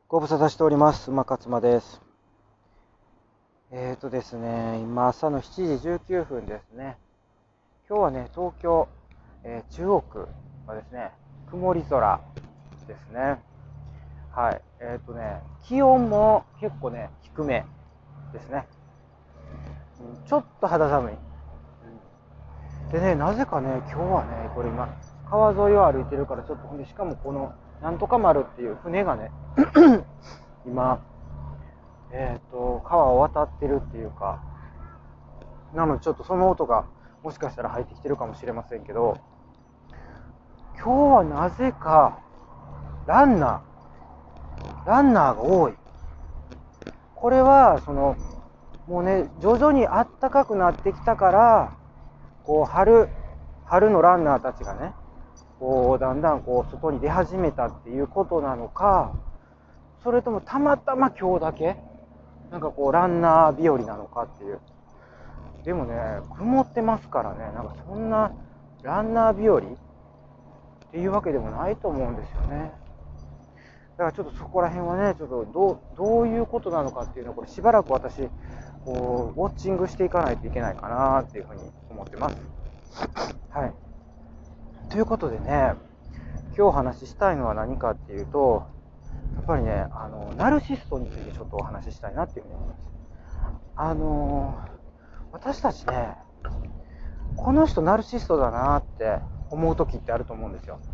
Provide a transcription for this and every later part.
ご無沙汰しております。馬勝間です。ですね、今朝の7時19分ですね。今日はね、東京、中央区はですね、曇り空ですね。はい。気温も結構ね、低めですね。ちょっと肌寒い。でね、なぜかね、今日はね、これ今、川沿いを歩いてるから、ちょっとほんで、しかもこの、なんとか丸っていう船がね、今、川を渡ってるっていうか、なのでちょっとその音がもしかしたら入ってきてるかもしれませんけど、今日はなぜかランナーが多い。これはもうね、徐々に暖かくなってきたから、こう春のランナーたちがね、こうだんだんこう外に出始めたっていうことなのか、それともたまたま今日だけなんかこうランナー日和なのかっていう。でもね、曇ってますからね、なんかそんなランナー日和っていうわけでもないと思うんですよね。だからちょっとそこら辺はね、ちょっとどういうことなのかっていうのを、これしばらく私、こう、ウォッチングしていかないといけないかなっていうふうに思ってます。はい。ということでね、今日お話ししたいのは何かっていうと、やっぱりね、ナルシストについてちょっとお話ししたいなっていうふうに思います。私たちね、この人ナルシストだなって思う時ってあると思うんですよ。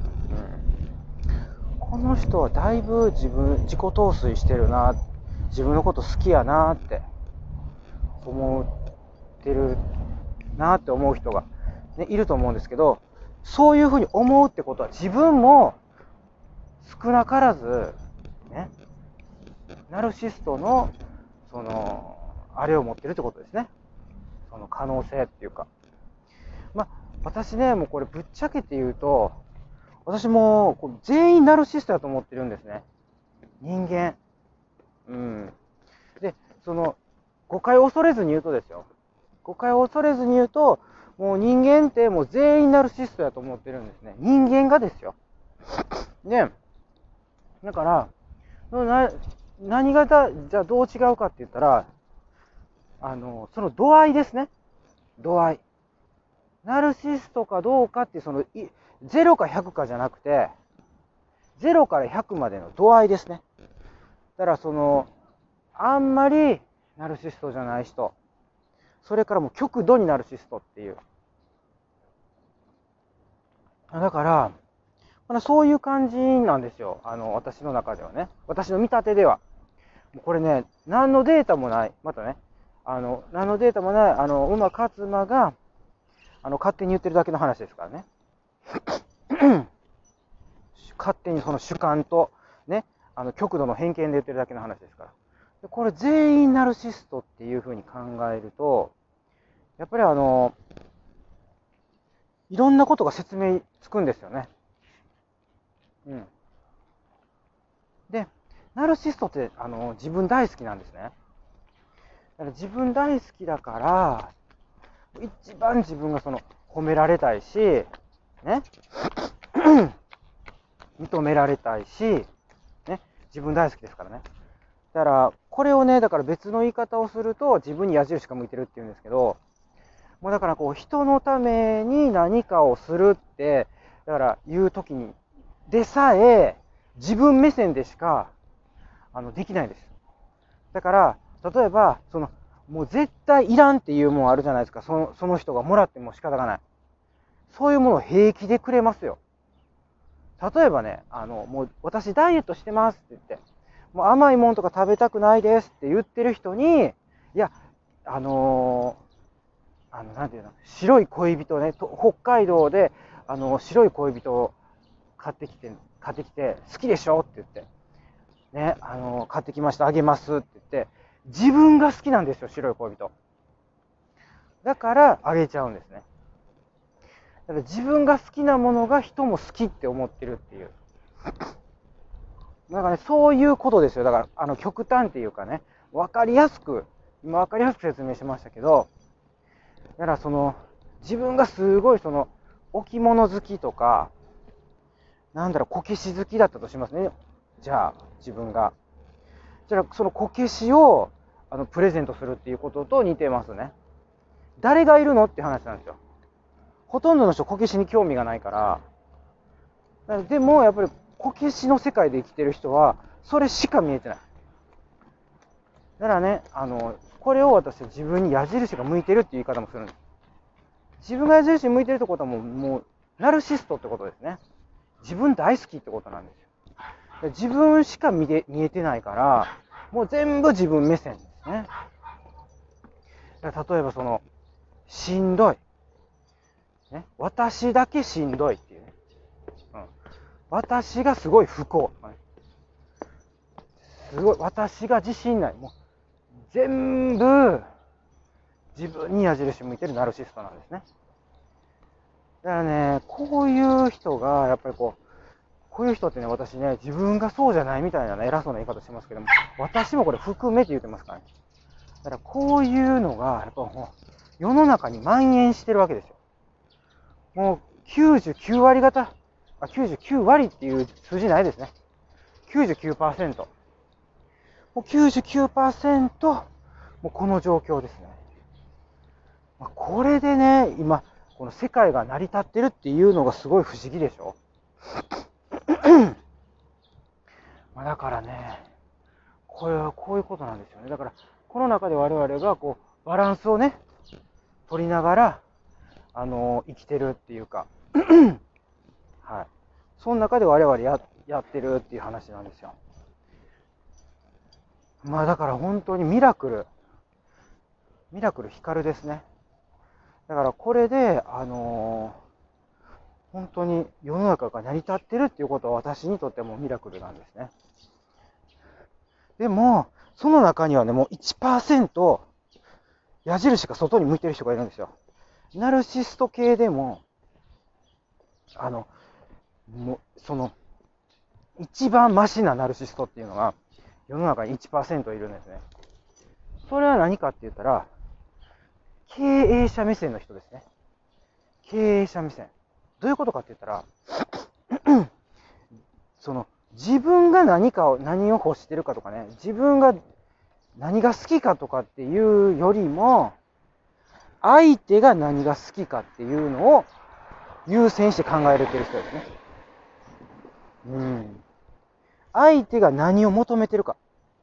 この人はだいぶ自己陶酔してるな、自分のこと好きやなって思ってるなって思う人が、ね、いると思うんですけど、そういうふうに思うってことは自分も少なからず、ね、ナルシストのあれを持ってるってことですね。その可能性っていうか。まあ、私ね、もうこれぶっちゃけて言うと、私も全員ナルシストだと思ってるんですね。人間。うん。で、誤解を恐れずに言うとですよ。誤解を恐れずに言うと、もう人間ってもう全員ナルシストだと思ってるんですね。人間がですよ。で、だから、何がじゃあどう違うかって言ったら、その度合いですね。度合い。ナルシストかどうかっていう、0か100かじゃなくて、0から100までの度合いですね。だからあんまりナルシストじゃない人、それからもう極度にナルシストっていう。だから、そういう感じなんですよ。私の中ではね。私の見立てでは。これね、何のデータもない。またね、何のデータもない、馬勝馬が、勝手に言ってるだけの話ですからね。勝手にその主観と、ね、極度の偏見で言ってるだけの話ですから。これ全員ナルシストっていうふうに考えると、やっぱりいろんなことが説明つくんですよね。うん。で、ナルシストって自分大好きなんですね。だから自分大好きだから、一番自分が褒められたいし、ね、認められたいし、ね、自分大好きですからね。だから、これをね、だから別の言い方をすると、自分に矢印が向いてるって言うんですけど、もうだから人のために何かをするって、だから言うときに、でさえ、自分目線でしか、できないです。だから、例えば、もう絶対いらんっていうもんあるじゃないですか。その人がもらっても仕方がない。そういうものを平気でくれますよ。例えばね、もう私ダイエットしてますって言って、もう甘いもんとか食べたくないですって言ってる人に、いや、なんていうの、白い恋人ね、北海道で、白い恋人を買ってきて、好きでしょって言って、ね、買ってきました、あげますって言って、自分が好きなんですよ、白い恋人。だから、あげちゃうんですね。だから自分が好きなものが人も好きって思ってるっていう。だからね、そういうことですよ。だから、極端っていうかね、今分かりやすく説明しましたけど、だから自分がすごい置物好きとか、なんだろう、こけし好きだったとしますね。じゃあ、 自分が。じゃあそのこけしをプレゼントするっていうことと似てますね。誰がいるのって話なんですよ。ほとんどの人こけしに興味がないから。でもやっぱりこけしの世界で生きてる人はそれしか見えてない。だからね、これを私は自分に矢印が向いてるっていう言い方もするんです。自分が矢印に向いてるってことはもうナルシストってことですね。自分大好きってことなんですよ。自分しか見えてないから、もう全部自分目線ですね。例えばしんどい。ね、私だけしんどいっていうね。私がすごい不幸。すごい、私が自信ない。もう全部自分に矢印向いてるナルシストなんですね。だからね、こういう人が、やっぱりこういう人ってね、私ね、自分がそうじゃないみたいな、ね、偉そうな言い方してますけども、私もこれ含めって言ってますからね。だからこういうのが、やっぱもう世の中に蔓延してるわけですよ。もう99割方、99割っていう数字ないですね。99%。もう 99% もうこの状況ですね。これでね、今、この世界が成り立ってるっていうのがすごい不思議でしょ。だからね、これはこういうことなんですよね。だから、この中で我々がバランスをね、取りながら、生きてるっていうか、はい。その中で我々やってるっていう話なんですよ。だから本当にミラクル光ですね。だからこれで、本当に世の中が成り立ってるっていうことは私にとってもミラクルなんですね。でも、その中にはね、もう 1% 矢印が外に向いてる人がいるんですよ。ナルシスト系でも、もう一番マシなナルシストっていうのが世の中に 1% いるんですね。それは何かって言ったら、経営者目線の人ですね。経営者目線。どういうことかって言ったら、自分が何を欲してるかとかね、自分が何が好きかとかっていうよりも、相手が何が好きかっていうのを優先して考えれてる人ですね。相手が何を求めてるか。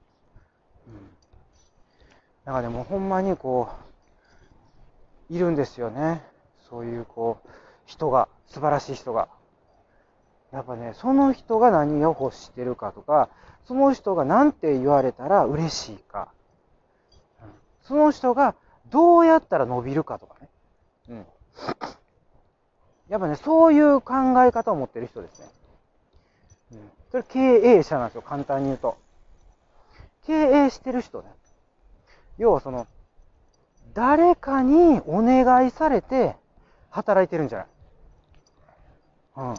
だからね、もうほんまにいるんですよね。そういう人が、素晴らしい人が。やっぱね、その人が何を欲してるかとか、その人が何て言われたら嬉しいか、その人がどうやったら伸びるかとかね。やっぱね、そういう考え方を持ってる人ですね。それ経営者なんですよ、簡単に言うと。経営してる人ね。要は誰かにお願いされて働いてるんじゃない。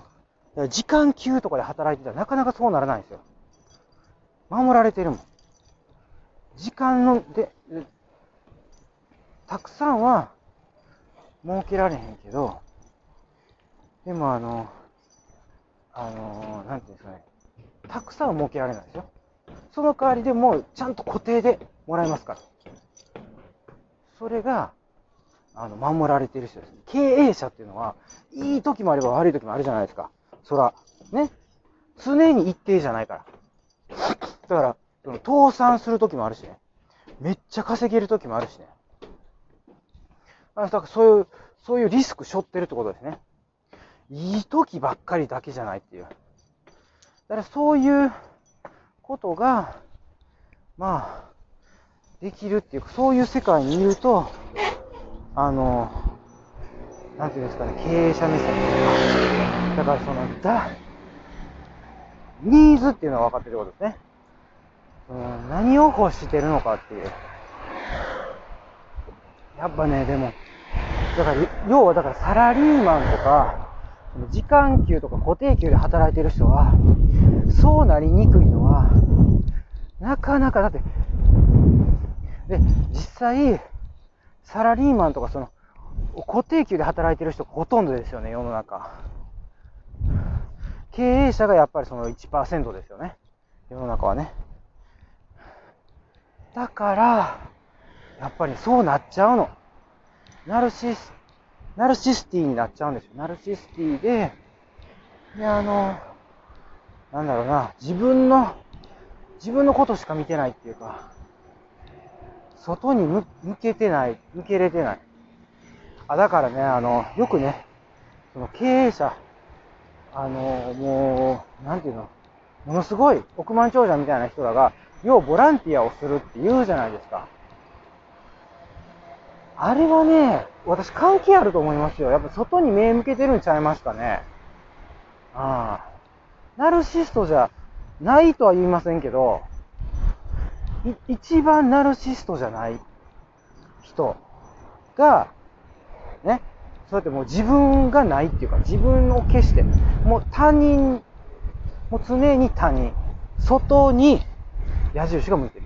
時間給とかで働いてたらなかなかそうならないんですよ。守られてるもん。時間たくさんは設けられへんけど、でもなんていうんですかね、たくさんは設けられないですよ。その代わりでもちゃんと固定でもらえますから。それが守られている人です。経営者っていうのは、いい時もあれば悪い時もあるじゃないですか。そら、ね。常に一定じゃないから。だから、倒産する時もあるしね。めっちゃ稼げる時もあるしね。だからそういうリスク背負ってるってことですね。いい時ばっかりだけじゃないっていう。だからそういうことが、できるっていうか、そういう世界にいると、なんていうんですかね、経営者目線。だからニーズっていうのは分かってることですね。何を欲してるのかっていう。やっぱね、でも、要はサラリーマンとか、時間給とか固定給で働いてる人は、そうなりにくいのは、なかなか、だって、で、実際、サラリーマンとか固定給で働いてる人がほとんどですよね、世の中。経営者がやっぱり1% ですよね。 世の中はね。だから、やっぱりそうなっちゃうの。ナルシスティになっちゃうんですよ。ナルシスティで、なんだろうな、自分のことしか見てないっていうか、外に向けれてない。だからね、よくね、その経営者、もう、なんていうの、ものすごい億万長者みたいな人らが、ようボランティアをするって言うじゃないですか。あれはね、私関係あると思いますよ。やっぱ外に目向けてるんちゃいますかね。ナルシストじゃないとは言いませんけど、一番ナルシストじゃない人が、ね、そうやってもう自分がないっていうか、自分を消して、もう他人、もう常に他人、外に矢印が向いてる。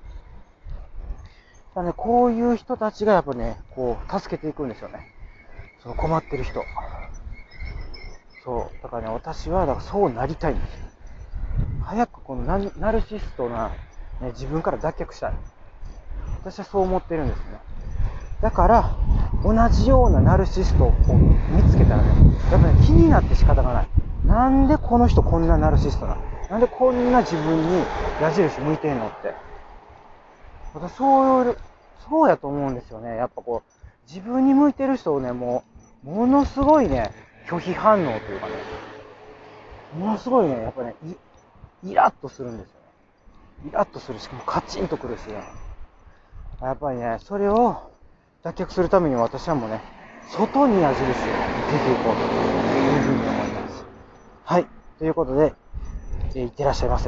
だね、こういう人たちがやっぱね、こう、助けていくんですよね。その困ってる人。そう。だからね、私は、だからそうなりたいんですよ。早くこのナルシストな、ね、自分から脱却したい。私はそう思ってるんですね。だから、同じようなナルシストを見つけたらね、やっぱり、ね、気になって仕方がない。なんでこの人こんなナルシストなの？なんでこんな自分に矢印向いてんのって。私そうやと思うんですよね。やっぱこう、自分に向いてる人をね、ものすごいね、拒否反応というかね、ものすごいね、やっぱね、イラッとするんですよね。イラッとするし、もカチンとくるしね。やっぱりね、それを脱却するために私はもうね、外に矢印を向けていこうというふうに思います。はい。ということで、いってらっしゃいませ。